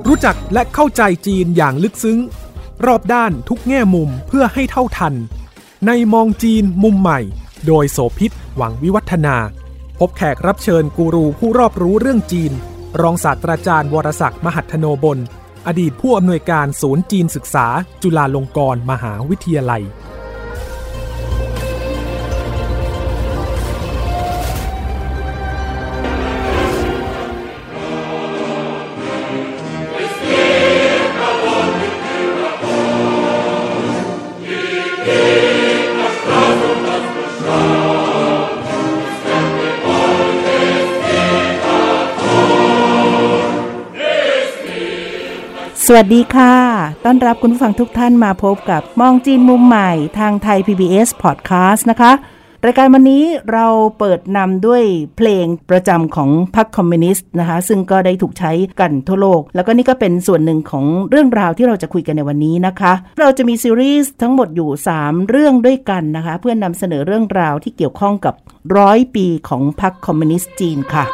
รู้จักและเข้าใจจีนอย่างลึกซึ้งรอบด้านทุกแง่มุมเพื่อให้เท่าทันในมองจีนมุมใหม่โดยโสภิต หวังวิวัฒนาพบแขกรับเชิญกูรูผู้รอบรู้เรื่องจีนรองศาสตราจารย์วรศักดิ์มหัทโนบลอดีตผู้อำนวยการศูนย์จีนศึกษาจุฬาลงกรณ์มหาวิทยาลัยสวัสดีค่ะต้อนรับคุณผู้ฟังทุกท่านมาพบกับมองจีนมุมใหม่ทางไทย PBS Podcast นะคะรายการวันนี้เราเปิดนำด้วยเพลงประจำของพรรคคอมมิวนิสต์นะคะซึ่งก็ได้ถูกใช้กันทั่วโลกแล้วก็นี่ก็เป็นส่วนหนึ่งของเรื่องราวที่เราจะคุยกันในวันนี้นะคะเราจะมีซีรีส์ทั้งหมดอยู่3เรื่องด้วยกันนะคะเพื่อนำเสนอเรื่องราวที่เกี่ยวข้องกับ100 ปีของพรรคคอมมิวนิสต์จีนค่ะ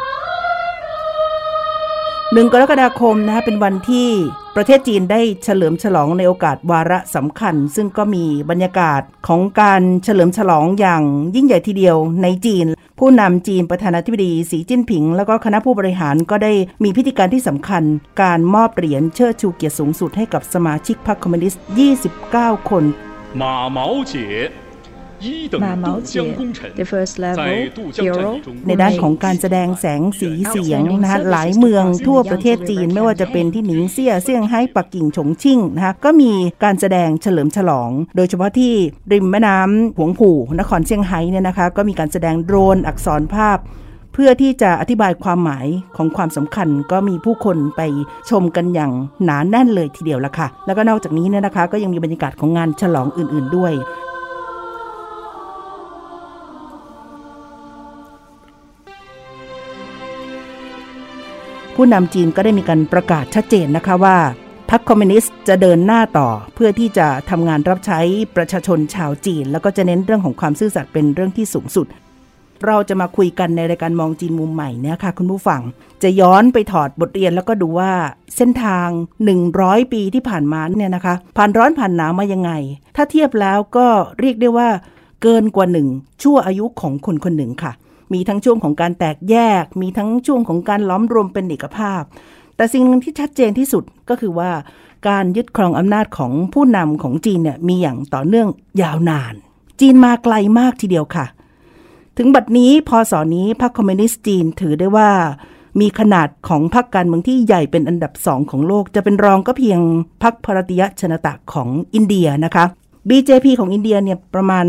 1 กรกฎาคมนะคะเป็นวันที่ประเทศจีนได้เฉลิมฉลองในโอกาสวาระสำคัญซึ่งก็มีบรรยากาศของการเฉลิมฉลองอย่างยิ่งใหญ่ทีเดียวในจีนผู้นำจีนประธานาธิบดีสีจิ้นผิงแล้วก็คณะผู้บริหารก็ได้มีพิธีการที่สำคัญการมอบเหรียญเชิดชูเกียรติสูงสุดให้กับสมาชิกพรรคคอมมิวนิสต์29 คน马毛姐 The First Level Hero ในด้านของการแสดงแสงสีเสียงนะคะหลายเมืองทั่วประเทศจีนไม่ว่าจะเป็นที่หนิงเซี่ยเซี่ยงไฮ้ปักกิ่งฉงชิ่งนะคะก็มีการแสดงเฉลิมฉลองโดยเฉพาะที่ริมแม่น้ำหวงผู่นครเซี่ยงไฮ้เนี่ยนะคะก็มีการแสดงโดรนอักษรภาพเพื่อที่จะอธิบายความหมายของความสำคัญก็มีผู้คนไปชมกันอย่างหนาแน่นเลยทีเดียวละค่ะแล้วก็นอกจากนี้เนี่ยนะคะก็ยังมีบรรยากาศของงานฉลองอื่นๆด้วยผู้นำจีนก็ได้มีการประกาศชัดเจนนะคะว่าพรรคคอมมิวนิสต์จะเดินหน้าต่อเพื่อที่จะทำงานรับใช้ประชาชนชาวจีนแล้วก็จะเน้นเรื่องของความซื่อสัตย์เป็นเรื่องที่สูงสุดเราจะมาคุยกันในรายการมองจีนมุมใหม่เนี่ยค่ะคุณผู้ฟังจะย้อนไปถอดบทเรียนแล้วก็ดูว่าเส้นทาง100 ปีที่ผ่านมาเนี่ยนะคะผ่านร้อนผ่านหนาวมายังไงถ้าเทียบแล้วก็เรียกได้ว่าเกินกว่า1ชั่วอายุของคนคนหนึ่งค่ะมีทั้งช่วงของการแตกแยกมีทั้งช่วงของการล้อมรวมเป็นเอกภาพแต่สิ่งนึงที่ชัดเจนที่สุดก็คือว่าการยึดครองอำนาจของผู้นำของจีนเนี่ยมีอย่างต่อเนื่องยาวนานจีนมาไกลมากทีเดียวค่ะถึงบัดนี้พศนี้พรรคคอมมิวนิสต์จีนถือได้ว่ามีขนาดของพรรคการเมืองที่ใหญ่เป็นอันดับ2ของโลกจะเป็นรองก็เพียงพรรคภารติยชนตะของอินเดียนะคะBJP ของอินเดียเนี่ยประมาณ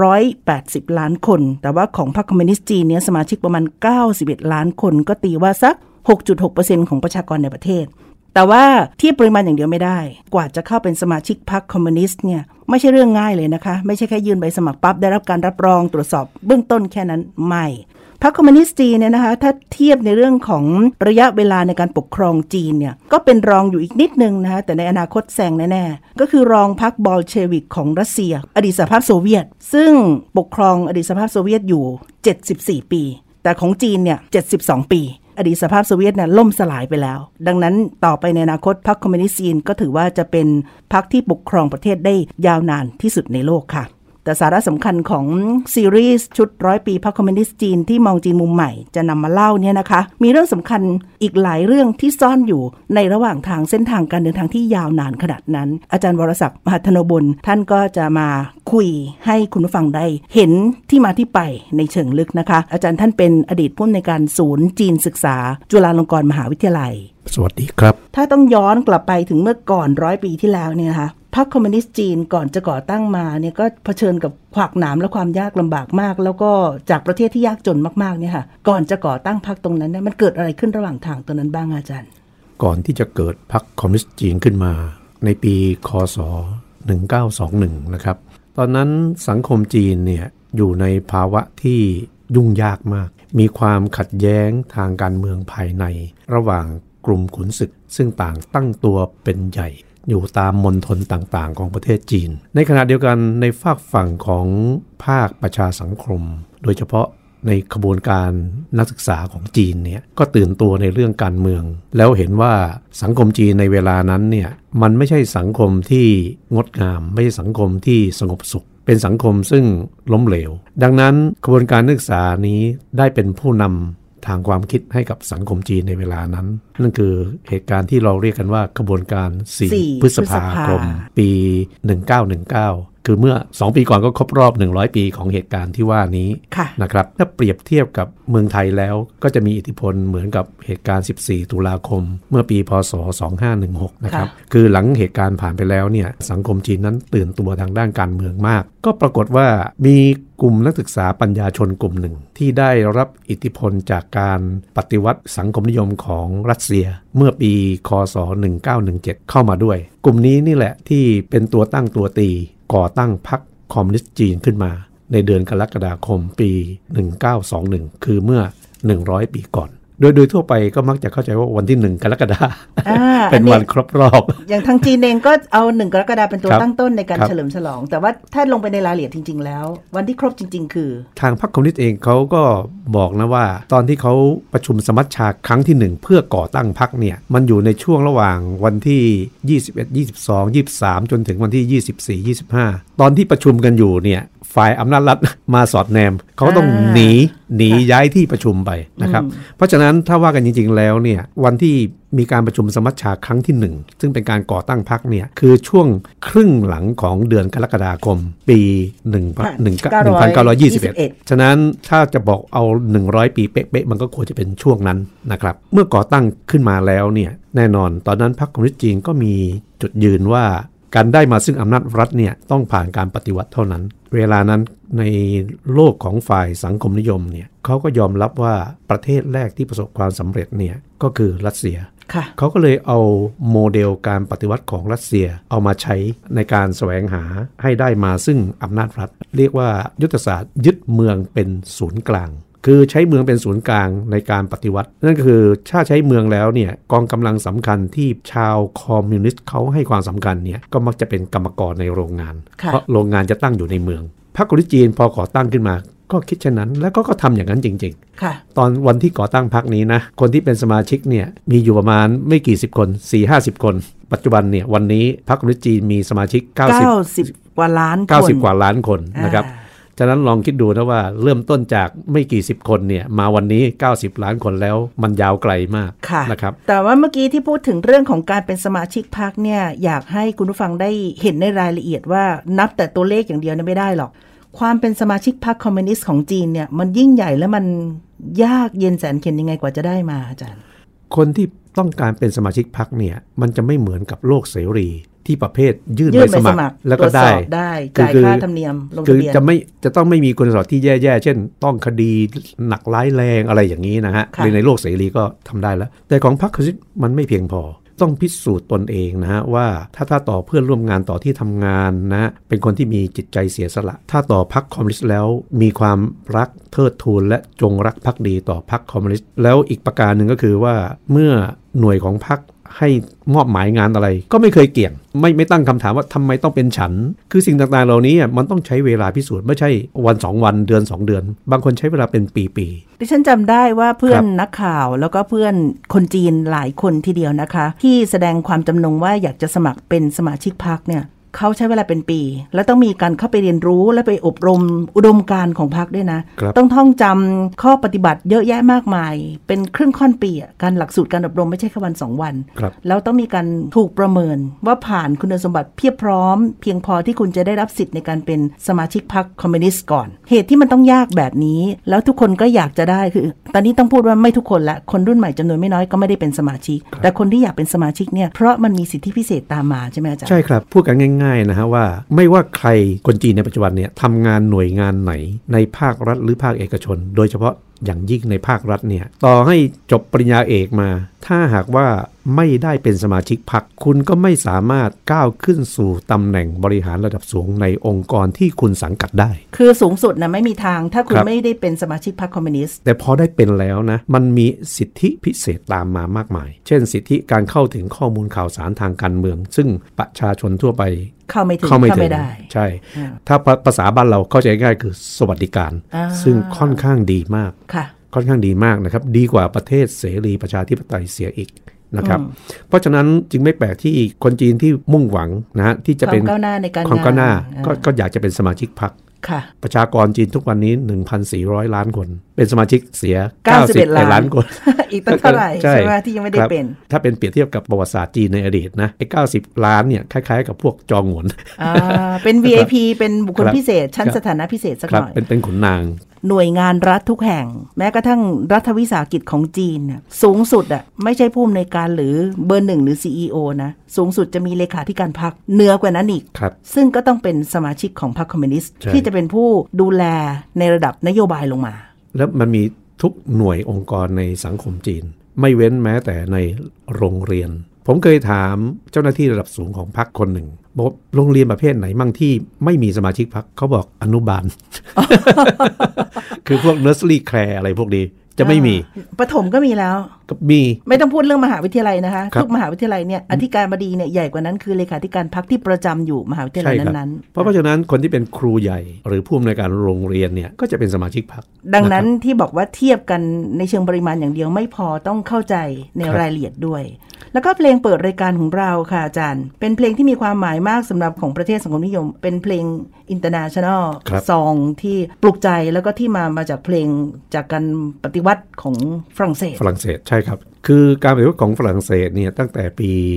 180ล้านคนแต่ว่าของพรรคคอมมิวนิสต์จีนเนี่ยสมาชิกประมาณ91ล้านคนก็ตีว่าสัก 6.6% ของประชากรในประเทศแต่ว่าเทียบปริมาณอย่างเดียวไม่ได้กว่าจะเข้าเป็นสมาชิกพรรคคอมมิวนิสต์เนี่ยไม่ใช่เรื่องง่ายเลยนะคะไม่ใช่แค่ยื่นใบสมัครปั๊บได้รับการรับรองตรวจสอบเบื้องต้นแค่นั้นไม่พรรคคอมมิวนิสต์จีนเนี่ยนะคะถ้าเทียบในเรื่องของระยะเวลาในการปกครองจีนเนี่ยก็เป็นรองอยู่อีกนิดนึงนะคะแต่ในอนาคตแซงแน่ๆก็คือรองพรรคบอลเชวิกของรัสเซียอดีตสหภาพโซเวียตซึ่งปกครองอดีตสหภาพโซเวียตอยู่74ปีแต่ของจีนเนี่ย72ปีอดีตสหภาพโซเวียตเนี่ยล่มสลายไปแล้วดังนั้นต่อไปในอนาคตพรรคคอมมิวนิสต์จีนก็ถือว่าจะเป็นพรรคที่ปกครองประเทศได้ยาวนานที่สุดในโลกค่ะแต่สาระสำคัญของซีรีส์ชุด100 ปีพรรคคอมมิวนิสต์จีนที่มองจีนมุมใหม่จะนำมาเล่าเนี่ยนะคะมีเรื่องสำคัญอีกหลายเรื่องที่ซ่อนอยู่ในระหว่างทางเส้นทางการเดินทางที่ยาวนานขนาดนั้นอาจารย์วรศักดิ์มหัทโนบลท่านก็จะมาคุยให้คุณผู้ฟังได้เห็นที่มาที่ไปในเชิงลึกนะคะอาจารย์ท่านเป็นอดีตผู้อำนวยการศูนย์จีนศึกษาจุฬาลงกรณ์มหาวิทยาลัยสวัสดีครับถ้าต้องย้อนกลับไปถึงเมื่อก่อน100 ปีที่แล้วเนี่ยนะคะพรรคคอมมิวนิสต์จีนก่อนจะก่อตั้งมาเนี่ยก็เผชิญกับขวากหนามและความยากลำบากมากแล้วก็จากประเทศที่ยากจนมากๆเนี่ยค่ะก่อนจะก่อตั้งพรรคตรงนั้นเนี่ยมันเกิดอะไรขึ้นระหว่างทางตรงนั้นบ้างอาจารย์ก่อนที่จะเกิดพรรคคอมมิวนิสต์จีนขึ้นมาในปีคศ1921นะครับตอนนั้นสังคมจีนเนี่ยอยู่ในภาวะที่ยุ่งยากมากมีความขัดแย้งทางการเมืองภายในระหว่างกลุ่มขุนศึกซึ่งต่างตั้งตัวเป็นใหญ่อยู่ตามมณฑลต่างๆของประเทศจีนในขณะเดียวกันในฝากฝั่งของภาคประชาสังคมโดยเฉพาะในขบวนการนักศึกษาของจีนเนี่ยก็ตื่นตัวในเรื่องการเมืองแล้วเห็นว่าสังคมจีนในเวลานั้นเนี่ยมันไม่ใช่สังคมที่งดงามไม่ใช่สังคมที่สงบสุขเป็นสังคมซึ่งล้มเหลวดังนั้นขบวนการนักศึกษานี้ได้เป็นผู้นำทางความคิดให้กับสังคมจีนในเวลานั้นนั่นคือเหตุการณ์ที่เราเรียกกันว่าขบวนการ4 พฤษภาคมปี 1919คือเมื่อ2 ปีก่อนก็ครบรอบ100 ปีของเหตุการณ์ที่ว่านี้นะครับถ้าเปรียบเทียบกับเมืองไทยแล้วก็จะมีอิทธิพลเหมือนกับเหตุการณ์14 ตุลาคมเมื่อปีพ.ศ. 2516นะครับคือหลังเหตุการณ์ผ่านไปแล้วเนี่ยสังคมจีนนั้นตื่นตัวทางด้านการเมืองมากก็ปรากฏว่ามีกลุ่มนักศึกษาปัญญาชนกลุ่มหนึ่งที่ได้รับอิทธิพลจากการปฏิวัติสังคมนิยมของรัสเซียเมื่อปีค.ศ. 1917เข้ามาด้วยกลุ่มนี้นี่แหละที่เป็นตัวตั้งตัวตีก่อตั้งพรรคคอมมิวนิสต์จีนขึ้นมาในเดือนกรกฎาคมปี 1921 คือเมื่อ100 ปีก่อนโดยทั่วไปก็มักจะเข้าใจว่าวันที่1 กรกฎาคมเป็นวันครบรอบอย่างทางจีนเองก็เอา1 กรกฎาคมเป็นตัวตั้งต้นในการเฉลิมฉลองแต่ว่าถ้าลงไปในรายละเอียดจริงๆแล้ววันที่ครบจริงๆคือทางพรรคคอมมิวนิสต์เองเขาก็บอกนะว่าตอนที่เขาประชุมสมัชชาครั้งที่1เพื่อก่อตั้งพรรคเนี่ยมันอยู่ในช่วงระหว่างวันที่21 22 23จนถึงวันที่24 25ตอนที่ประชุมกันอยู่เนี่ยฝ่ายอำนาจรัฐมาสอดแนมเขาต้องหนีย้ายที่ประชุมไปนะครับเพราะฉะนั้นถ้าว่ากันจริงๆแล้วเนี่ยวันที่มีการประชุมสมัชชาครั้งที่1ซึ่งเป็นการก่อตั้งพรรคเนี่ยคือช่วงครึ่งหลังของเดือนกรกฎาคมปี1921ฉะนั้นถ้าจะบอกเอา100 ปีเป๊ะๆมันก็ควรจะเป็นช่วงนั้นนะครับเมื่อก่อตั้งขึ้นมาแล้วเนี่ยแน่นอนตอนนั้นพรรคคอมมิวนิสต์จีนก็มีจุดยืนว่าการได้มาซึ่งอำนาจรัฐเนี่ยต้องผ่านการปฏิวัติเท่านั้นเวลานั้นในโลกของฝ่ายสังคมนิยมเนี่ยเขาก็ยอมรับว่าประเทศแรกที่ประสบความสำเร็จเนี่ยก็คือรัสเซียเขาก็เลยเอาโมเดลการปฏิวัติของรัสเซียเอามาใช้ในการแสวงหาให้ได้มาซึ่งอำนาจรัฐเรียกว่ายุทธศาสตร์ยึดเมืองเป็นศูนย์กลางคือใช้เมืองเป็นศูนย์กลางในการปฏิวัตินั่นก็คือถ้าใช้เมืองแล้วเนี่ยกองกำลังสำคัญที่ชาวคอมมิวนิสต์เขาให้ความสำคัญเนี่ยก็มักจะเป็นกรรมกรในโรงงานเพราะโรงงานจะตั้งอยู่ในเมืองพรรคคอมมิวนิสต์จีนพอก่อตั้งขึ้นมาก็คิดเช่นนั้นแล้วก็ทำอย่างนั้นจริงๆตอนวันที่ก่อตั้งพรรคนี้นะคนที่เป็นสมาชิกเนี่ยมีอยู่ประมาณไม่กี่สิบคน 4-50 คนปัจจุบันเนี่ยวันนี้พรรคคอมมิวนิสต์จีนมีสมาชิก 90 กว่าล้านคน 90 กว่าล้านคนนะครับฉะนั้นลองคิดดูนะว่าเริ่มต้นจากไม่กี่สิบคนเนี่ยมาวันนี้90 ล้านคนแล้วมันยาวไกลมากนะครับแต่ว่าเมื่อกี้ที่พูดถึงเรื่องของการเป็นสมาชิกพรรคเนี่ยอยากให้คุณผู้ฟังได้เห็นในรายละเอียดว่านับแต่ตัวเลขอย่างเดียวไม่ได้หรอกความเป็นสมาชิกพรรคคอมมิวนิสต์ของจีนเนี่ยมันยิ่งใหญ่และมันยากเย็นแสนเข็ญยังไงกว่าจะได้มาอาจารย์คนที่ต้องการเป็นสมาชิกพรรคเนี่ยมันจะไม่เหมือนกับโลกเสรีที่ประเภทยื่นใบสมัครแล้วก็ได้จ่ายค่าธรรมเนียมลงทะเบียนจะต้องไม่มีคุณสมบัติที่แย่ๆเช่นต้องคดีหนักร้ายแรงอะไรอย่างนี้นะฮะในโลกเสรีก็ทำได้แล้วแต่ของพรรคคอมมิวนิสต์มันไม่เพียงพอต้องพิสูจน์ตนเองนะฮะว่าถ้าต่อเพื่อนร่วมงานต่อที่ทำงานนะเป็นคนที่มีจิตใจเสียสละถ้าต่อพรรคคอมมิวนิสต์แล้วมีความรักเทิดทูนและจงรักภักดีต่อพรรคคอมมิวนิสต์แล้วอีกประการหนึ่งก็คือว่าเมื่อหน่วยของพรรคให้มอบหมายงานอะไรก็ไม่เคยเกี่ยงไม่ตั้งคำถามว่าทำไมต้องเป็นฉันคือสิ่งต่างๆเหล่านี้มันต้องใช้เวลาพิสูจน์ไม่ใช่วัน2 วันเดือน2 เดือนบางคนใช้เวลาเป็นปีๆดิฉันจำได้ว่าเพื่อนนักข่าวแล้วก็เพื่อนคนจีนหลายคนทีเดียวนะคะที่แสดงความจำนงว่าอยากจะสมัครเป็นสมาชิกพรรคเนี่ยเขาใช้เวลาเป็นปีและต้องมีการเข้าไปเรียนรู้และไปอบรมอุดมการณ์ของพรรคด้วยนะต้องท่องจำข้อปฏิบัติเยอะแยะมากมายเป็นครึ่งค่อนปีการหลักสูตรการอบรมไม่ใช่แค่วัน2 วันแล้วต้องมีการถูกประเมินว่าผ่านคุณสมบัติเพียบพร้อมเพียงพอที่คุณจะได้รับสิทธิ์ในการเป็นสมาชิกพรรคคอมมิวนิสต์ก่อนเหตุที่มันต้องยากแบบนี้แล้วทุกคนก็อยากจะได้คือตอนนี้ต้องพูดว่าไม่ทุกคนละคนรุ่นใหม่จำนวนไม่น้อยก็ไม่ได้เป็นสมาชิกแต่คนที่อยากเป็นสมาชิกเนี่ยเพราะมันมีสิทธิพิเศษตามมาใช่ไหมอาจารย์ใช่ครับพูดกันง่ายๆนะฮะว่าไม่ว่าใครคนจีนในปัจจุบันเนี่ยทำงานหน่วยงานไหนในภาครัฐหรือภาคเอกชนโดยเฉพาะอย่างยิ่งในภาครัฐเนี่ยต่อให้จบปริญญาเอกมาถ้าหากว่าไม่ได้เป็นสมาชิกพรรคคุณก็ไม่สามารถก้าวขึ้นสู่ตำแหน่งบริหารระดับสูงในองค์กรที่คุณสังกัดได้คือสูงสุดนะไม่มีทางถ้าคุณไม่ได้เป็นสมาชิกพรรคคอมมิวนิสต์แต่พอได้เป็นแล้วนะมันมีสิทธิพิเศษตามมามากมายเช่นสิทธิการเข้าถึงข้อมูลข่าวสารทางการเมืองซึ่งประชาชนทั่วไปเข้าไม่ได้ใช่ถ้าภาษาบ้านเราเข้าใจง่ายคือสวัสดิการซึ่งค่อนข้างดีมากค่อนข้างดีมากนะครับดีกว่าประเทศเสรีประชาธิปไตยเสียอีกนะครับเพราะฉะนั้นจึงไม่แปลกที่คนจีนที่มุ่งหวังนะฮะที่จะเป็นความก้าวหน้าในการความก้าวหน้าก็อยากจะเป็นสมาชิกพรรคประชากรจีนทุกวันนี้ 1,400 ล้านคนเป็นสมาชิกเสีย91ล้านคนอีกตั้งเท่าไหร่ใช่ไหมที่ยังไม่ได้เป็นถ้าเป็นเปรียบเทียบกับประวัติศาสตร์จีนในอดีตนะไอ้90ล้านเนี่ยคล้ายๆกับพวกจองหวนเป็น VIP เป็นบุคคลพิเศษชั้นสถานะพิเศษสักหน่อยเป็นขุนนางหน่วยงานรัฐทุกแห่งแม้กระทั่งรัฐวิสาหกิจของจีนสูงสุดไม่ใช่ผู้อำนวยการหรือเบอร์1หรือ CEO นะสูงสุดจะมีเลขาธิการพรรคเหนือกว่านั้นอีกซึ่งก็ต้องเป็นสมาชิกของพรรคคอมมิวนิสต์ที่จะเป็นผู้ดูแลในระดับนโยบายลงมาแล้วมันมีทุกหน่วยองค์กรในสังคมจีนไม่เว้นแม้แต่ในโรงเรียนผมเคยถามเจ้าหน้าที่ระดับสูงของพรรคคนหนึ่งบอกโรงเรียนประเภทไหนมั่งที่ไม่มีสมาชิกพรรคเขาบอกอนุบาล คือพวก nursery care อะไรพวกนี้จะไม่มีประถมก็มีแล้วมีไม่ต้องพูดเรื่องมหาวิทยาลัยนะคะทุกมหาวิทยาลัยเนี่ยอธิการบดีเนี่ยใหญ่กว่านั้นคือเลขาธิการพรรคที่ประจำอยู่มหาวิทยาลัยนั้นๆเพราะฉะนั้นคนที่เป็นครูใหญ่หรือผู้อำนวยการโรงเรียนเนี่ยก็จะเป็นสมาชิกพรรคดังนั้นที่บอกว่าเทียบกันในเชิงปริมาณอย่างเดียวไม่พอต้องเข้าใจในรายละเอียดด้วยแล้วก็เพลงเปิดรายการของเราค่ะอาจารย์เป็นเพลงที่มีความหมายมากสำหรับของประเทศสังคมนิยมเป็นเพลง international song ที่ปลุกใจแล้วก็ที่มาจากเพลงจากการปฏิวัติของฝรั่งเศสใช่ครับคือการปฏิวัติของฝรั่งเศสเนี่ยตั้งแต่ปี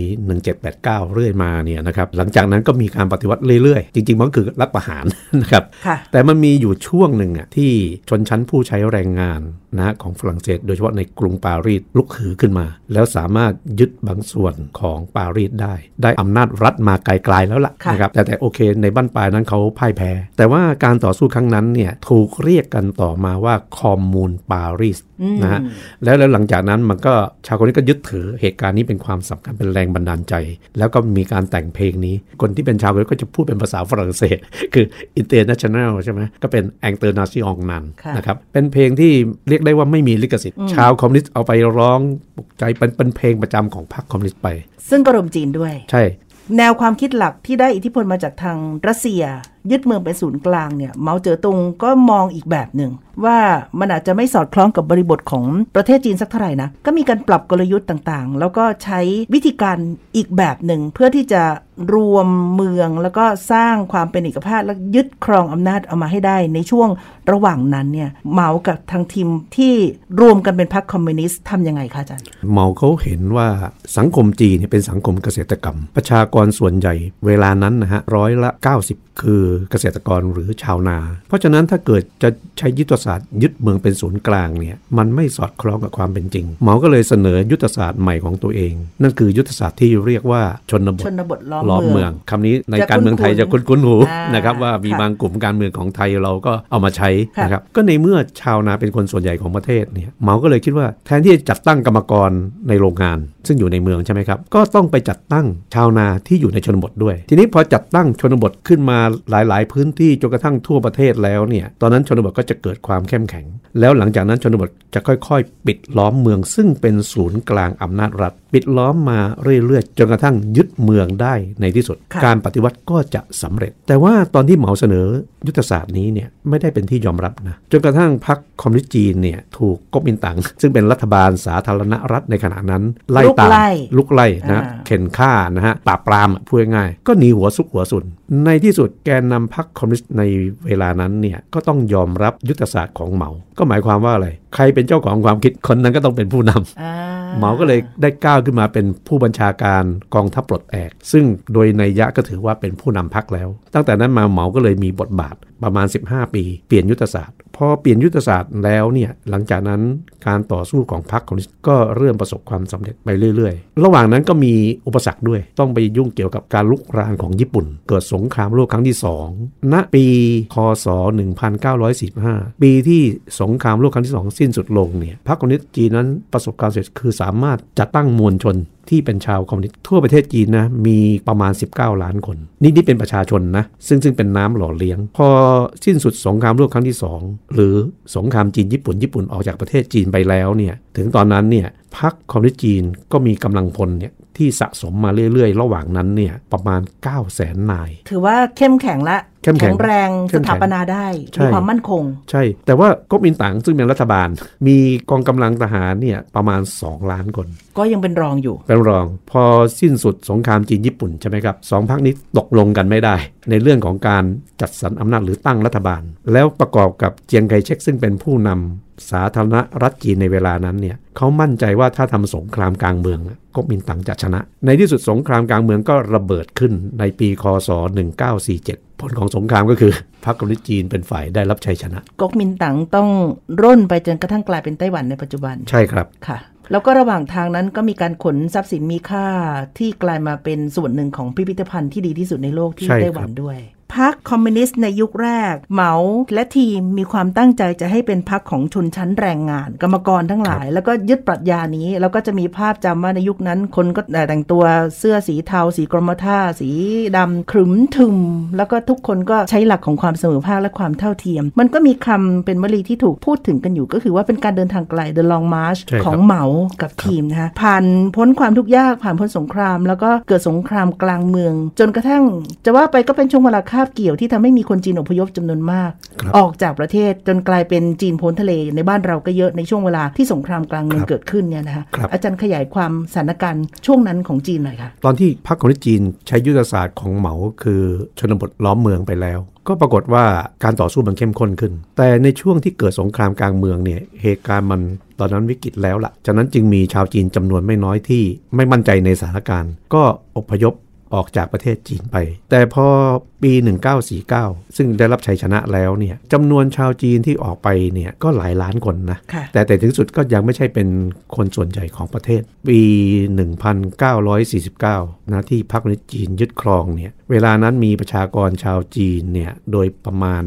1789 เรื่อยมาเนี่ยนะครับหลังจากนั้นก็มีการปฏิวัติเรื่อยๆจริงๆมันคือรัฐประหารนะครับแต่มันมีอยู่ช่วงหนึ่งที่ชนชั้นผู้ใช้แรงงานนะของฝรั่งเศสโดยเฉพาะในกรุงปารีสลุกฮือขึ้นมาแล้วสามารถยึดบางส่วนของปารีสได้อำนาจรัฐมาไกลๆแล้วล่ะนะครับแต่โอเคในบั้นปลายนั้นเขาพ่ายแพ้แต่ว่าการต่อสู้ครั้งนั้นเนี่ยถูกเรียกกันต่อมาว่าคอมมูนปารีสนะฮะแล้วหลังจากนั้นมันก็ชาวคนนี้ก็ยึดถือเหตุการณ์นี้เป็นความสำคัญเป็นแรงบันดาลใจแล้วก็มีการแต่งเพลงนี้คนที่เป็นชาวคนนี้ก็จะพูดเป็นภาษาฝรั่งเศสคือ international ใช่ไหมก็เป็น international นะครับเป็นเพลงที่เรียกได้ว่าไม่มีลิขสิทธิ์ชาวคอมมิวนิสต์เอาไปร้องปลุกใจเป็นเพลงประจำของพรรคคอมมิวนิสต์ไปซึ่งก็รวมจีนด้วยใช่แนวความคิดหลักที่ได้อิทธิพลมาจากทางรัสเซียยึดเมืองเป็นศูนย์กลางเนี่ยเหมาเจ๋อตุงก็มองอีกแบบหนึ่งว่ามันอาจจะไม่สอดคล้องกับบริบทของประเทศจีนสักเท่าไหร่นะก็มีการปรับกลยุทธ์ต่างๆแล้วก็ใช้วิธีการอีกแบบหนึ่งเพื่อที่จะรวมเมืองแล้วก็สร้างความเป็นเอกภาพและยึดครองอำนาจเอามาให้ได้ในช่วงระหว่างนั้นเนี่ยเหมากับทางทีมที่รวมกันเป็นพรรคคอมมิวนิสต์ทำยังไงคะอาจารย์เหมาเขาเห็นว่าสังคมจีนเป็นสังคมเกษตรกรรมประชากรส่วนใหญ่เวลานั้นนะฮะ90%คือเกษตรกรหรือชาวนาเพราะฉะนั้นถ้าเกิดจะใช้ยุทธศาสตร์ยึดเมืองเป็นศูนย์กลางเนี่ยมันไม่สอดคล้องกับความเป็นจริงเหมาก็เลยเสนอยุทธศาสตร์ใหม่ของตัวเองนั่นคือยุทธศาสตร์ที่เรียกว่าชนบทล้อมเมืองคำนี้ในการเมืองไทยจะคุ้นหูนะครับว่ามีบางกลุ่มการเมืองของไทยเราก็เอามาใช้นะครับก็ในเมื่อชาวนาเป็นคนส่วนใหญ่ของประเทศเนี่ยเหมาก็เลยคิดว่าแทนที่จะจัดตั้งกรรมกรในโรงงานซึ่งอยู่ในเมืองใช่ไหมครับก็ต้องไปจัดตั้งชาวนาที่อยู่ในชนบทด้วยทีนี้พอจัดตั้งชนบทขึ้นมาหลายๆพื้นที่จนกระทั่งทั่วประเทศแล้วเนี่ยตอนนั้นชนบทก็จะเกิดความเข้มแข็งแล้วหลังจากนั้นชนบทจะค่อยๆปิดล้อมเมืองซึ่งเป็นศูนย์กลางอำนาจรัฐปิดล้อมมาเรื่อยๆจนกระทั่งยึดเมืองได้ในที่สุดการปฏิวัติก็จะสำเร็จแต่ว่าตอนที่เหมาเสนอยุทธศาสตร์นี้เนี่ยไม่ได้เป็นที่ยอมรับนะจนกระทั่งพรรคคอมมิวนิสต์จีนเนี่ยถูกก๊กมินตั๋งซึ่งเป็นรัฐบาลสาธารณรัฐในขณะนั้นไล่ตามลุกไล่นะเข็นฆ่านะฮะปราบปรามพูดง่ายๆก็หนีหัวซุกหัวสุนในที่สุดแกนนำพรรคคอมมิวนิสต์ในเวลานั้นเนี่ยก็ต้องยอมรับยุทธศาสตร์ของเหมาก็หมายความว่าอะไรใครเป็นเจ้าของความคิดคนนั้นก็ต้องเป็นผู้นำเหมาก็เลยได้ก้าวขึ้นมาเป็นผู้บัญชาการกองทัพปลดแอกซึ่งโดยนัยยะก็ถือว่าเป็นผู้นำพรรคแล้วตั้งแต่นั้นมาเหมาก็เลยมีบทบาทประมาณ15ปีเปลี่ยนยุทธศาสตร์พอเปลี่ยนยุทธศาสตร์แล้วเนี่ยหลังจากนั้นการต่อสู้ของพรรคคอมมิวนิสต์ก็เริ่มประสบความสำเร็จไปเรื่อยๆระหว่างนั้นก็มีอุปสรรคด้วยต้องไปยุ่งเกี่ยวกับการลุกรานของญี่ปุ่นเกิดสงครามโลกครั้งที่2ณปีคศ1945ปีที่สงครามโลกครั้งที่2สิ้นสุดลงเนี่ยพรรคคอมมิวนิสต์จีนนั้นประสบความสำเร็จคือสามารถจัดตั้งมวลชนที่เป็นชาวคอมมิวนิสต์ทั่วประเทศจีนนะมีประมาณ19ล้านคนนี่เป็นประชาชนนะซึ่งเป็นน้ำหล่อเลี้ยงพอสิ้นสุดสงครามโลกครั้งที่2หรือสงครามจีนญี่ปุ่นออกจากประเทศจีนไปแล้วเนี่ยถึงตอนนั้นเนี่ยพรรคคอมมิวนิสต์จีนก็มีกำลังพลเนี่ยที่สะสมมาเรื่อยๆระหว่างนั้นเนี่ยประมาณ 900,000 นายถือว่าเข้มแข็งและแข็งแรงสถาปนาได้มีความมั่นคงใช่แต่ว่าก๊กมินตั๋งซึ่งเป็นรัฐบาลมีกองกำลังทหารเนี่ยประมาณ2 ล้านคนก็ยังเป็นรองอยู่เป็นรองพอสิ้นสุดสงครามจีนญี่ปุ่นใช่ไหมครับ2 พรรคนี้ตกลงกันไม่ได้ในเรื่องของการจัดสรรอำนาจหรือตั้งรัฐบาลแล้วประกอบกับเจียงไคเชกซึ่งเป็นผู้นำสาธารณรัฐจีนในเวลานั้นเนี่ยเขามั่นใจว่าถ้าทำสงครามกลางเมืองก๊กมินตั๋งจะชนะในที่สุดสงครามกลางเมืองก็ระเบิดขึ้นในปีคศ1947ผลของสงครามก็คือพรรคคอมมิวนิสต์จีนเป็นฝ่ายได้รับชัยชนะก๊กมินตั๋งต้องร่นไปจนกระทั่งกลายเป็นไต้หวันในปัจจุบันใช่ครับค่ะแล้วก็ระหว่างทางนั้นก็มีการขนทรัพย์สินมีค่าที่กลายมาเป็นส่วนหนึ่งของพิพิธภัณฑ์ที่ดีที่สุดในโลกที่ไต้หวันด้วยพรรคคอมมิวนิสต์ในยุคแรกเหมาและทีมมีความตั้งใจจะให้เป็นพรรคของชนชั้นแรงงานกรรมกรทั้งหลายแล้วก็ยึดปรัชญานี้แล้วก็จะมีภาพจำว่าในยุคนั้นคนก็แต่งตัวเสื้อสีเทาสีกรมท่าสีดำขรึมทึมแล้วก็ทุกคนก็ใช้หลักของความเสมอภาคและความเท่าเทียมมันก็มีคำเป็นวลีที่ถูกพูดถึงกันอยู่ก็คือว่าเป็นการเดินทางไกล The Long March ของเหมากับทีมนะคะผ่านพ้นความทุกข์ยากผ่านพ้นสงครามแล้วก็เกิดสงครามกลางเมืองจนกระทั่งจะว่าไปก็เป็นช่วงเวลาคาบเกี่ยวที่ทำให้มีคนจีนอพยพจำนวนมากออกจากประเทศจนกลายเป็นจีนพ้นทะเลในบ้านเราก็เยอะในช่วงเวลาที่สงครามกลางเมืองเกิดขึ้นเนี่ยนะคะอาจารย์ขยายความสถานการณ์ช่วงนั้นของจีนหน่อยค่ะตอนที่พรรคคอมมิวนิสต์จีนใช้ยุทธศาสตร์ของเหมาคือชนบทล้อมเมืองไปแล้วก็ปรากฏว่าการต่อสู้มันเข้มข้นขึ้นแต่ในช่วงที่เกิดสงครามกลางเมืองเนี่ยเหตุการณ์มันตอนนั้นวิกฤตแล้วล่ะฉะนั้นจึงมีชาวจีนจำนวนไม่น้อยที่ไม่มั่นใจในสถานการณ์ก็อพยพออกจากประเทศจีนไปแต่พอปี1949ซึ่งได้รับชัยชนะแล้วเนี่ยจำนวนชาวจีนที่ออกไปเนี่ยก็หลายล้านคนนะแต่ถึงสุดก็ยังไม่ใช่เป็นคนส่วนใหญ่ของประเทศปี1949นะที่พรรคคอมมิวนิสต์จีนยึดครองเนี่ยเวลานั้นมีประชากรชาวจีนเนี่ยโดยประมาณ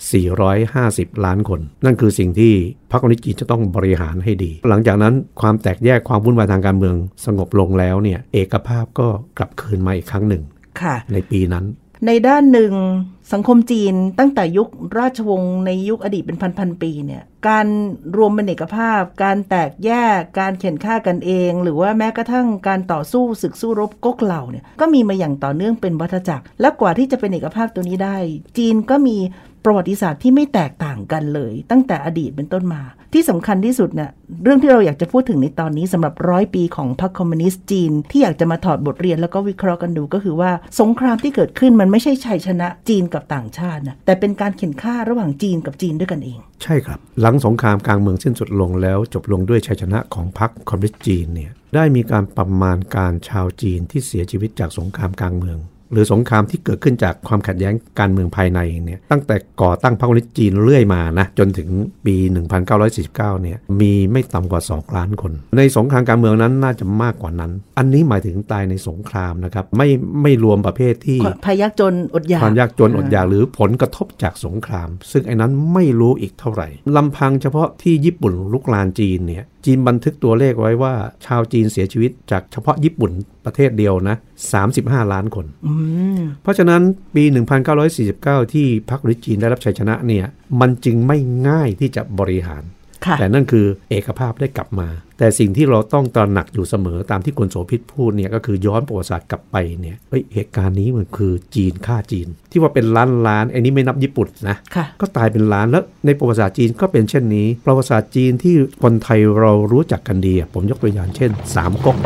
450 ล้านคนนั่นคือสิ่งที่พรรคคอมมิวนิสต์จีนจะต้องบริหารให้ดีหลังจากนั้นความแตกแยกความวุ่นวายทางการเมืองสงบลงแล้วเนี่ยเอกภาพก็กลับคืนมาอีกครั้งหนึ่งในปีนั้นในด้านหนึ่งสังคมจีนตั้งแต่ยุคราชวงศ์ในยุคอดีตเป็นพันปีเนี่ยการรวมเป็นเอกภาพการแตกแยกการเข็นฆ่ากันเองหรือว่าแม้กระทั่งการต่อสู้ศึกสู้รบก๊กเหล่าเนี่ยก็มีมาอย่างต่อเนื่องเป็นวัฏจักรและกว่าที่จะเป็นเอกภาพตัวนี้ได้จีนก็มีประวัติศาสตร์ที่ไม่แตกต่างกันเลยตั้งแต่อดีตเป็นต้นมาที่สำคัญที่สุดเนี่ยเรื่องที่เราอยากจะพูดถึงในตอนนี้สำหรับ100 ปีของพรรคคอมมิวนิสต์จีนที่อยากจะมาถอดบทเรียนแล้วก็วิเคราะห์กันดูก็คือว่าสงครามที่เกิดขึ้นมันไม่ใช่ชัยชนะจีนกับต่างชาตินะแต่เป็นการเข็นฆ่าระหว่างจีนกับจีนด้วยกันเองใช่ครับหลังสงครามกลางเมืองสิ้นสุดลงแล้วจบลงด้วยชัยชนะของพรรคคอมมิวนิสต์จีนเนี่ยได้มีการประมาณการชาวจีนที่เสียชีวิตจากสงครามกลางเมืองหรือสงครามที่เกิดขึ้นจากความขัดแย้งการเมืองภายในเนี่ยตั้งแต่ก่อตั้งพรรคคอมมิวนิสต์จีนเรื่อยมานะจนถึงปี 1949 เนี่ยมีไม่ต่ำกว่า2 ล้านคนในสงครามกลางเมืองนั้นน่าจะมากกว่านั้นอันนี้หมายถึงตายในสงครามนะครับไม่รวมประเภทที่ภัยยากจนอดอยากความยากจนอดอยากหรือผลกระทบจากสงครามซึ่งไอ้นั้นไม่รู้อีกเท่าไหร่ลำพังเฉพาะที่ญี่ปุ่นลุกลานจีนเนี่ยจีนบันทึกตัวเลขไว้ว่าชาวจีนเสียชีวิตจากเฉพาะญี่ปุ่นประเทศเดียวนะ35 ล้านคนเพราะฉะนั้นปี 1949 ที่พรรคคอมมิวนิสต์จีนได้รับชัยชนะเนี่ยมันจึงไม่ง่ายที่จะบริหารแต่นั่นคือเอกภาพได้กลับมาแต่สิ่งที่เราต้องตระหนักอยู่เสมอตามที่คุณโสภิตพูดเนี่ยก็คือย้อนประวัติศาสตร์กลับไปเนี่ยเหตุการณ์นี้มันคือจีนฆ่าจีนที่ว่าเป็นล้านไอ้นี้ไม่นับญี่ปุ่นนะก็ตายเป็นล้านแล้วในประวัติศาสตร์จีนก็เป็นเช่นนี้ประวัติศาสตร์จีนที่คนไทยเรารู้จักกันดีผมยกตัวอย่างเช่น3 ก๊ก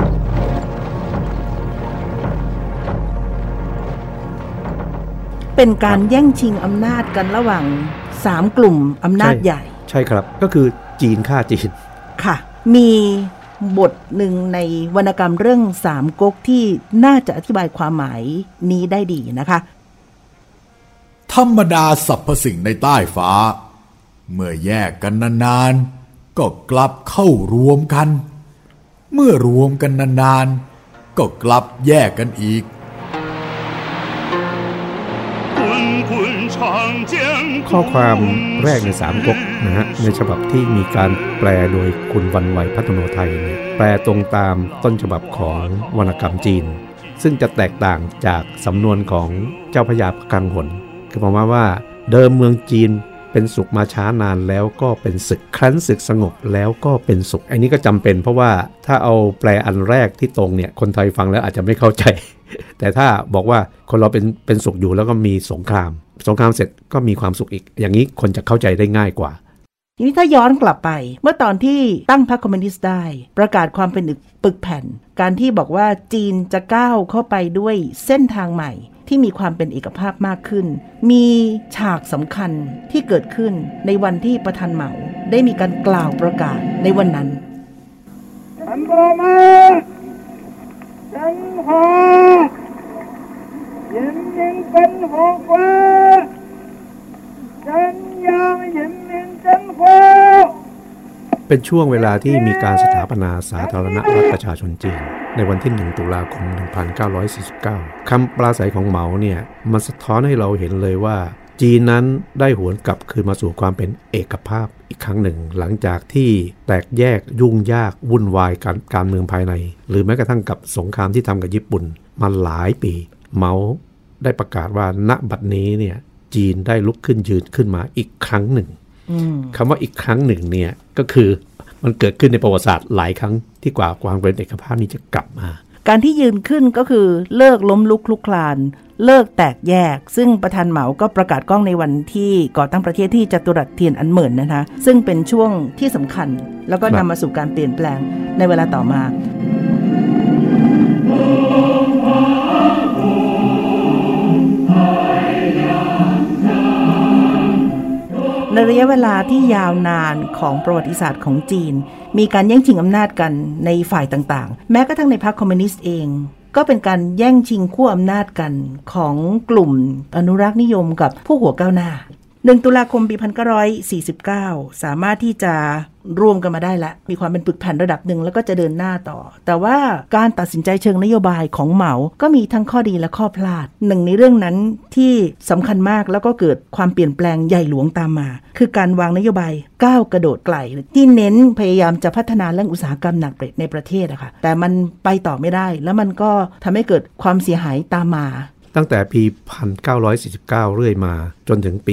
เป็นการแย่งชิงอำนาจกันระหว่าง3 กลุ่มอำนาจใหญ่ใช่ครับก็คือจีนฆ่าจีนค่ะมีบทหนึ่งในวรรณกรรมเรื่อง3 ก๊กที่น่าจะอธิบายความหมายนี้ได้ดีนะคะธรรมดาสรรพสิ่งในใต้ฟ้าเมื่อแยกกันนานๆก็กลับเข้ารวมกันเมื่อรวมกันนานๆก็กลับแยกกันอีกข้อความแรกใน3 ก๊กนะฮะในฉบับที่มีการแปลโดยคุณวรรณไวพัฒโนไทยเนี่ยแปลตรงตามต้นฉบับของวรรณกรรมจีนซึ่งจะแตกต่างจากสำนวนของเจ้าพระยากังหนคือหมายว่าเดิมเมืองจีนเป็นสุขมาช้านานแล้วก็เป็นศึกครั้นศึกสงบแล้วก็เป็นสุขอันนี้ก็จำเป็นเพราะว่าถ้าเอาแปลอันแรกที่ตรงเนี่ยคนไทยฟังแล้วอาจจะไม่เข้าใจ แต่ถ้าบอกว่าคนเราเป็นสุขอยู่แล้วก็มีสงครามเสร็จก็มีความสุขอีกอย่างนี้คนจะเข้าใจได้ง่ายกว่าทีนี้ถ้าย้อนกลับไปเมื่อตอนที่ตั้งพรรคคอมมิวนิสต์ได้ประกาศความเป็นปึกแผ่นการที่บอกว่าจีนจะก้าวเข้าไปด้วยเส้นทางใหม่ที่มีความเป็นเอกภาพมากขึ้นมีฉากสำคัญที่เกิดขึ้นในวันที่ประธานเหมาได้มีการกล่าวประกาศในวันนั้นเป็นช่วงเวลาที่มีการสถาปนาสาธารณรัฐประชาชนจีนในวันที่1ตุลาคม1949คำปราศัยของเหมาเนี่ยมันสะท้อนให้เราเห็นเลยว่าจีนนั้นได้หวนกลับคืนมาสู่ความเป็นเอกภาพอีกครั้งหนึ่งหลังจากที่แตกแยกยุ่งยากวุ่นวายการเมืองภายในหรือแม้กระทั่งกับสงครามที่ทำกับญี่ปุ่นมาหลายปีเหมาได้ประกาศว่าณบัดนี้เนี่ยจีนได้ลุกขึ้นยืนขึ้นมาอีกครั้งหนึ่งคำว่าอีกครั้งหนึ่งเนี่ยก็คือมันเกิดขึ้นในประวัติศาสตร์หลายครั้งที่กว่าความเป็นเอกภาพนี้จะกลับมาการที่ยืนขึ้นก็คือเลิกล้มลุกคลุกคลานเลิกแตกแยกซึ่งประธานเหมาก็ประกาศกล้องในวันที่ก่อตั้งประเทศที่จัตุรัสเทียนอันเหมินนะคะซึ่งเป็นช่วงที่สำคัญแล้วก็นำมาสู่การเปลี่ยนแปลงในเวลาต่อมาในระยะเวลาที่ยาวนานของประวัติศาสตร์ของจีนมีการแย่งชิงอำนาจกันในฝ่ายต่างๆแม้กระทั่งในพรรคคอมมิวนิสต์เองก็เป็นการแย่งชิงขั้วอำนาจกันของกลุ่มอนุรักษ์นิยมกับผู้หัวก้าวหน้า1ตุลาคมปี1949สามารถที่จะรวมกันมาได้แล้วมีความเป็นปึกแผ่นระดับหนึ่งแล้วก็จะเดินหน้าต่อแต่ว่าการตัดสินใจเชิงนโยบายของเหมาก็มีทั้งข้อดีและข้อพลาดหนึ่งในเรื่องนั้นที่สำคัญมากแล้วก็เกิดความเปลี่ยนแปลงใหญ่หลวงตามมาคือการวางนโยบายก้าวกระโดดไกลที่เน้นพยายามจะพัฒนาเรื่องอุตสาหกรรมหนักในประเทศอะค่ะแต่มันไปต่อไม่ได้แล้วมันก็ทำให้เกิดความเสียหายตามมาตั้งแต่ปี 1949 เรื่อยมาจนถึงปี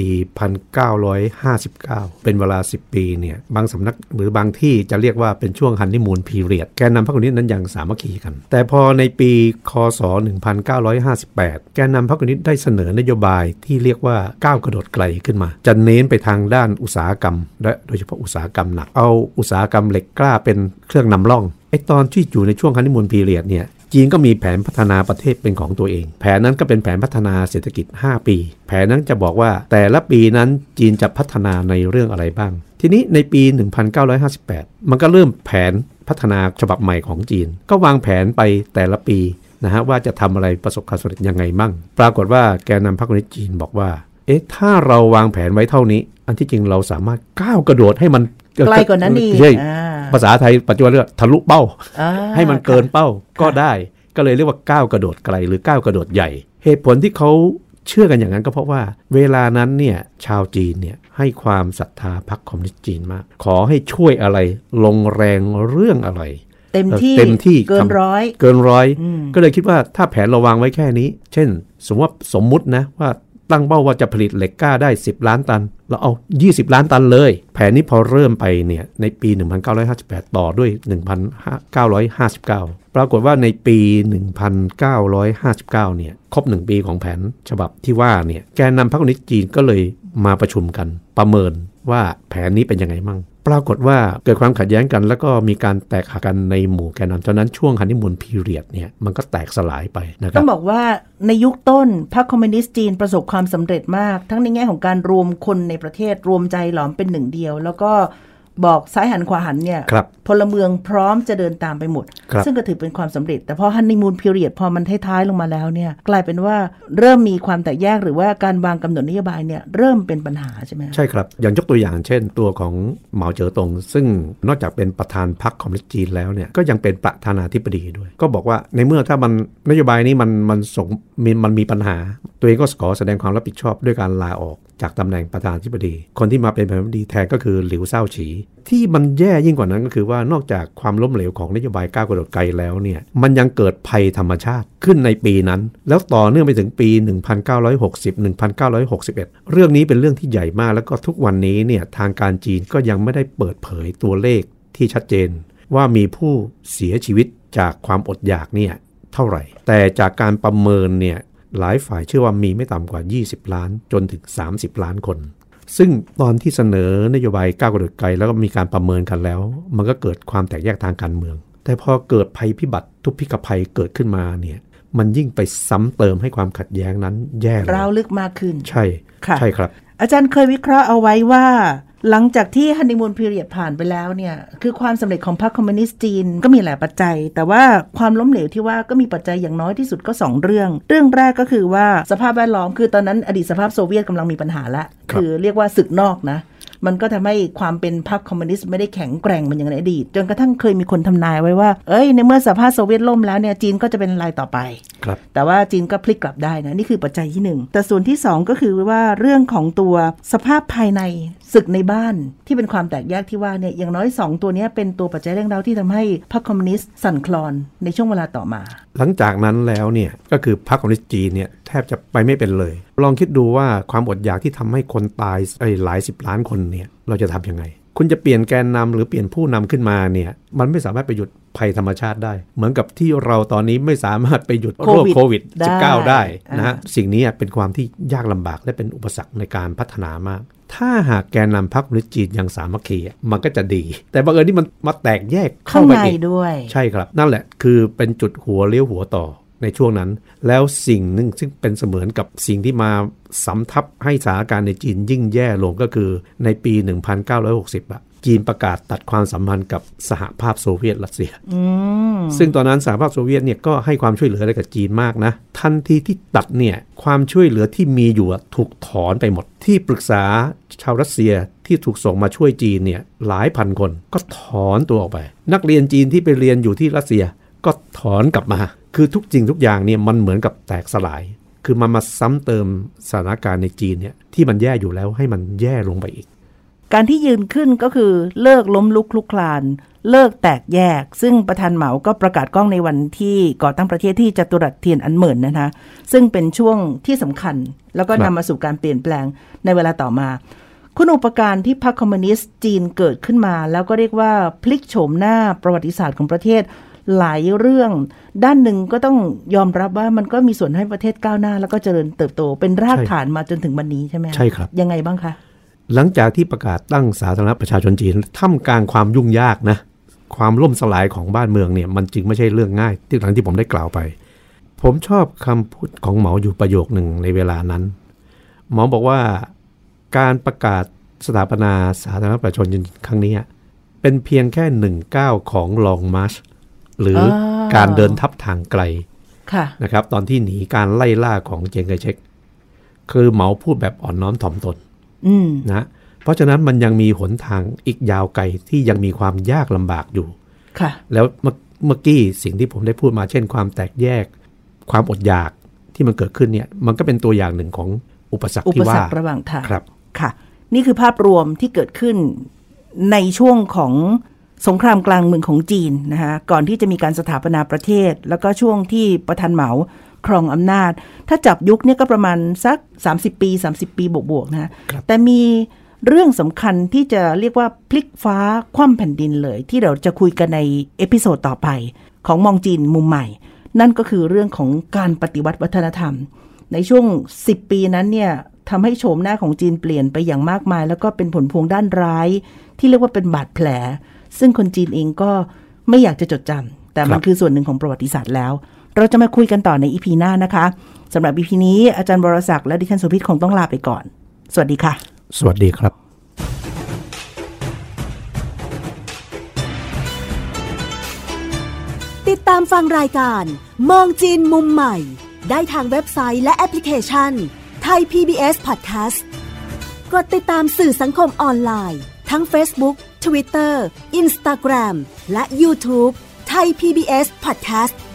1959 เป็นเวลา 10 ปีเนี่ยบางสำนักหรือบางที่จะเรียกว่าเป็นช่วงฮันนีมูนพีเรียดแกนนำพรรคคอมมิวนิสต์นั้นยังสามัคคีกันแต่พอในปีคศ 1958 แกนนำพรรคคอมมิวนิสต์ได้เสนอนโยบายที่เรียกว่าก้าวกระโดดไกลขึ้นมาจะเน้นไปทางด้านอุตสาหกรรมและโดยเฉพาะอุตสาหกรรมหนักเอาอุตสาหกรรมเหล็กกล้าเป็นเครื่องนำร่องตอนที่อยู่ในช่วงฮันนีมูนพีเรียดเนี่ยจีนก็มีแผนพัฒนาประเทศเป็นของตัวเองแผนนั้นก็เป็นแผนพัฒนาเศรษฐกิจ5ปีแผนนั้นจะบอกว่าแต่ละปีนั้นจีนจะพัฒนาในเรื่องอะไรบ้างทีนี้ในปี 1958 มันก็เริ่มแผนพัฒนาฉบับใหม่ของจีนก็วางแผนไปแต่ละปีนะฮะว่าจะทำอะไรประสบความสำเร็จยังไงบ้างปรากฏว่าแกนนำพรรคคอมมิวนิสต์จีนบอกว่าถ้าเราวางแผนไว้เท่านี้อันที่จริงเราสามารถก้าวกระโดดให้มันไกลกว่านั้นดีภาษาไทยปัจจุบันเรียกทะลุเป้าให้มันเกินเป้าก็ได้ก็เลยเรียกว่าก้าวกระโดดไกลหรือก้าวกระโดดใหญ่เหตุผลที่เขาเชื่อกันอย่างนั้นก็เพราะว่าเวลานั้นเนี่ยชาวจีนเนี่ยให้ความศรัทธาพรรคคอมมิวนิสต์จีนมากขอให้ช่วยอะไรลงแรงเรื่องอะไรเต็มที่เกินร้อยก็เลยคิดว่าถ้าแผนเราวางไว้แค่นี้เช่นสมมุตินะว่าตั้งเป้าว่าจะผลิตเหล็กกล้าได้10ล้านตันเราเอา20ล้านตันเลยแผนนี้พอเริ่มไปเนี่ยในปี 1958 ต่อด้วย 1959 ปรากฏว่าในปี 1959 เนี่ยครบ1ปีของแผนฉบับที่ว่าเนี่ยแกนนำพรรคคอมมิวนิสต์จีนก็เลยมาประชุมกันประเมินว่าแผนนี้เป็นยังไงมั่งปรากฏว่าเกิดความขัดแย้งกันแล้วก็มีการแตกหักกันในหมู่แกนนำฉะนั้นช่วงฮันนีมูนพีเรียดเนี่ยมันก็แตกสลายไปนะครับต้องบอกว่าในยุคต้นพรรคคอมมิวนิสต์จีนประสบความสำเร็จมากทั้งในแง่ของการรวมคนในประเทศรวมใจหลอมเป็นหนึ่งเดียวแล้วก็บอกซ้ายหันขวาหันเนี่ยพลเมืองพร้อมจะเดินตามไปหมดซึ่งก็ถือเป็นความสำเร็จแต่พอฮันนีมูนพีเรียดพอมันท้ายๆลงมาแล้วเนี่ยกลายเป็นว่าเริ่มมีความแตกแยกหรือว่าการวางกำหนดนโยบายเนี่ยเริ่มเป็นปัญหาใช่ไหมใช่ครับอย่างยกตัวอย่างเช่นตัวของเหมาเจ๋อตงซึ่งนอกจากเป็นประธานพรรคคอมมิวนิสต์จีนแล้วเนี่ยก็ยังเป็นประธานาธิบดีด้วยก็บอกว่าในเมื่อถ้ามันนโยบายนี้มันมีปัญหาตัวเองก็ขอแสดงความรับผิดชอบด้วยการลาออกจากตำแหน่งประธานาธิบดีคนที่มาเป็นประธานาธิบดีแทนก็คือหลิวเซ่าฉีที่มันแย่ยิ่งกว่านั้นก็คือว่านอกจากความล้มเหลวของนโยบายก้าวกระโดดไกลแล้วเนี่ยมันยังเกิดภัยธรรมชาติขึ้นในปีนั้นแล้วต่อเนื่องไปถึงปี 1960-1961 เรื่องนี้เป็นเรื่องที่ใหญ่มากแล้วก็ทุกวันนี้เนี่ยทางการจีนก็ยังไม่ได้เปิดเผยตัวเลขที่ชัดเจนว่ามีผู้เสียชีวิตจากความอดอยากเนี่ยเท่าไหร่แต่จากการประเมินเนี่ยหลายฝ่ายเชื่อว่ามีไม่ต่ำกว่า20ล้านจนถึง30ล้านคนซึ่งตอนที่เสนอนโยบายก้าวกระโดดไกลแล้วก็มีการประเมินกันแล้วมันก็เกิดความแตกแยกทางการเมืองแต่พอเกิดภัยพิบัติทุพพิกภัยเกิดขึ้นมาเนี่ยมันยิ่งไปซ้ำเติมให้ความขัดแย้งนั้นแย่ร้าวลึกมากขึ้นใช่ใช่ครับอาจารย์เคยวิเคราะห์เอาไว้ว่าหลังจากที่ฮันนีมูนพีเรียดผ่านไปแล้วเนี่ยคือความสำเร็จของพรรคคอมมิวนิสต์จีนก็มีหลายปัจจัยแต่ว่าความล้มเหลวที่ว่าก็มีปัจจัยอย่างน้อยที่สุดก็2เรื่องแรกก็คือว่าสภาพแวดล้อมคือตอนนั้นอดีตสหภาพโซเวียตกำลังมีปัญหาละคือเรียกว่าศึกนอกนะมันก็ทำให้ความเป็นพรรคคอมมิวนิสต์ไม่ได้แข็งแกร่งเหมือนอย่างในอดีตจนกระทั่งเคยมีคนทำนายไว้ว่าในเมื่อสหภาพโซเวียตล่มแล้วเนี่ยจีนก็จะเป็นรายต่อไปแต่ว่าจีนก็พลิกกลับได้นะนี่คือปัจจัยที่1แต่ส่วนที่2ก็คือว่าเรื่องของตัวสภาพภายในศึกในบ้านที่เป็นความแตกแยกที่ว่าเนี่ยอย่างน้อย2ตัวนี้เป็นตัวปัจจัยเร่งเร้าที่ทำให้พรรคคอมมิวนิสต์สั่นคลอนในช่วงเวลาต่อมาหลังจากนั้นแล้วเนี่ยก็คือพรรคคอมมิวนิสต์จีนเนี่ยแทบจะไปไม่เป็นเลยลองคิดดูว่าความอดอยากที่ทำให้คนตายหลาย10ล้านคนเนี่ยเราจะทำยังไงคุณจะเปลี่ยนแกนนำหรือเปลี่ยนผู้นำขึ้นมาเนี่ยมันไม่สามารถไปหยุดภัยธรรมชาติได้เหมือนกับที่เราตอนนี้ไม่สามารถไปหยุดโรคโควิด -19 ได้นะฮะสิ่งนี้เป็นความที่ยากลำบากและเป็นอุปสรรคในการพัฒนามากถ้าหากแกนนำพรรคคอมมิวนิสต์จีนยังสามัคคีมันก็จะดีแต่บังเอิญที่มันมาแตกแยกเข้าไปอีกด้วยใช่ครับนั่นแหละคือเป็นจุดหัวเลี้ยวหัวต่อในช่วงนั้นแล้วสิ่งหนึ่งซึ่งเป็นเสมือนกับสิ่งที่มาสำทับให้สถานการณ์ในจีนยิ่งแย่ลงก็คือในปี 1960 จีนประกาศตัดความสัมพันธ์กับสหภาพโซเวียตรัสเซียซึ่งตอนนั้นสหภาพโซเวียตเนี่ยก็ให้ความช่วยเหลืออะไรกับจีนมากนะทันทีที่ตัดเนี่ยความช่วยเหลือที่มีอยู่ถูกถอนไปหมดที่ปรึกษาชาวรัสเซียที่ถูกส่งมาช่วยจีนเนี่ยหลายพันคนก็ถอนตัวออกไปนักเรียนจีนที่ไปเรียนอยู่ที่รัสเซียก็ถอนกลับมาคือทุกสิ่งทุกอย่างเนี่ยมันเหมือนกับแตกสลายคือมันมาซ้ำเติมสถานการณ์ในจีนเนี่ยที่มันแย่อยู่แล้วให้มันแย่ลงไปอีกการที่ยืนขึ้นก็คือเลิกล้มลุกคลุกคลานเลิกแตกแยกซึ่งประธานเหมาก็ประกาศกล้องในวันที่ก่อตั้งประเทศที่จัตุรัสเทียนอันเหมินนะคะซึ่งเป็นช่วงที่สำคัญแล้วก็นำมาสู่การเปลี่ยนแปลงในเวลาต่อมาคุณอุปการที่พรรคคอมมิวนิสต์จีนเกิดขึ้นมาแล้วก็เรียกว่าพลิกโฉมหน้าประวัติศาสตร์ของประเทศหลายเรื่องด้านหนึ่งก็ต้องยอมรับว่ามันก็มีส่วนให้ประเทศก้าวหน้าแล้วก็เจริญเติบโตเป็นรากฐานมาจนถึงวันนี้ใช่ไหมใช่ครับยังไงบ้างคะหลังจากที่ประกาศตั้งสาธารณประชาชนจีนท่ามกลางความยุ่งยากนะความล่มสลายของบ้านเมืองเนี่ยมันจึงไม่ใช่เรื่องง่ายที่หลังที่ผมได้กล่าวไปผมชอบคำพูดของเหมาอยู่ประโยคหนึ่งในเวลานั้นเหมาบอกว่าการประกาศสถาปนาสาธารณประชาชนจีนครั้งนี้เป็นเพียงแค่1 ก้าวของลองมาร์ชหรือการเดินทับทางไกลนะครับตอนที่หนีการไล่ล่าของเจียงไคเชกคือเหมาพูดแบบอ่อนน้อมถ่อมตนนะเพราะฉะนั้นมันยังมีหนทางอีกยาวไกลที่ยังมีความยากลำบากอยู่แล้วเมื่อกี้สิ่งที่ผมได้พูดมาเช่นความแตกแยกความอดอยากที่มันเกิดขึ้นเนี่ยมันก็เป็นตัวอย่างหนึ่งของอุปสรรคที่ว่าระหว่างทางครับค่ะนี่คือภาพรวมที่เกิดขึ้นในช่วงของสงครามกลางเมืองของจีนนะคะก่อนที่จะมีการสถาปนาประเทศแล้วก็ช่วงที่ประธานเหมาครองอำนาจถ้าจับยุคนี้ก็ประมาณสัก30 ปีบวกๆนะแต่มีเรื่องสำคัญที่จะเรียกว่าพลิกฟ้าคว่ำแผ่นดินเลยที่เราจะคุยกันในเอพิโซดต่อไปของมองจีนมุมใหม่นั่นก็คือเรื่องของการปฏิวัติวัฒนธรรมในช่วง10 ปีนั้นเนี่ยทำให้โฉมหน้าของจีนเปลี่ยนไปอย่างมากมายแล้วก็เป็นผลพวงด้านร้ายที่เรียกว่าเป็นบาดแผลซึ่งคนจีนเองก็ไม่อยากจะจดจำแต่มันคือส่วนหนึ่งของประวัติศาสตร์แล้วเราจะมาคุยกันต่อใน EP หน้านะคะสำหรับ EP นี้อาจารย์วรศักดิ์และดิฉันสุพิษคงต้องลาไปก่อนสวัสดีค่ะสวัสดีครับติดตามฟังรายการมองจีนมุมใหม่ได้ทางเว็บไซต์และแอปพลิเคชันไทย PBS Podcast กดติดตามสื่อสังคมออนไลน์ทั้ง Facebook Twitter Instagram และ YouTube ไทย PBS Podcast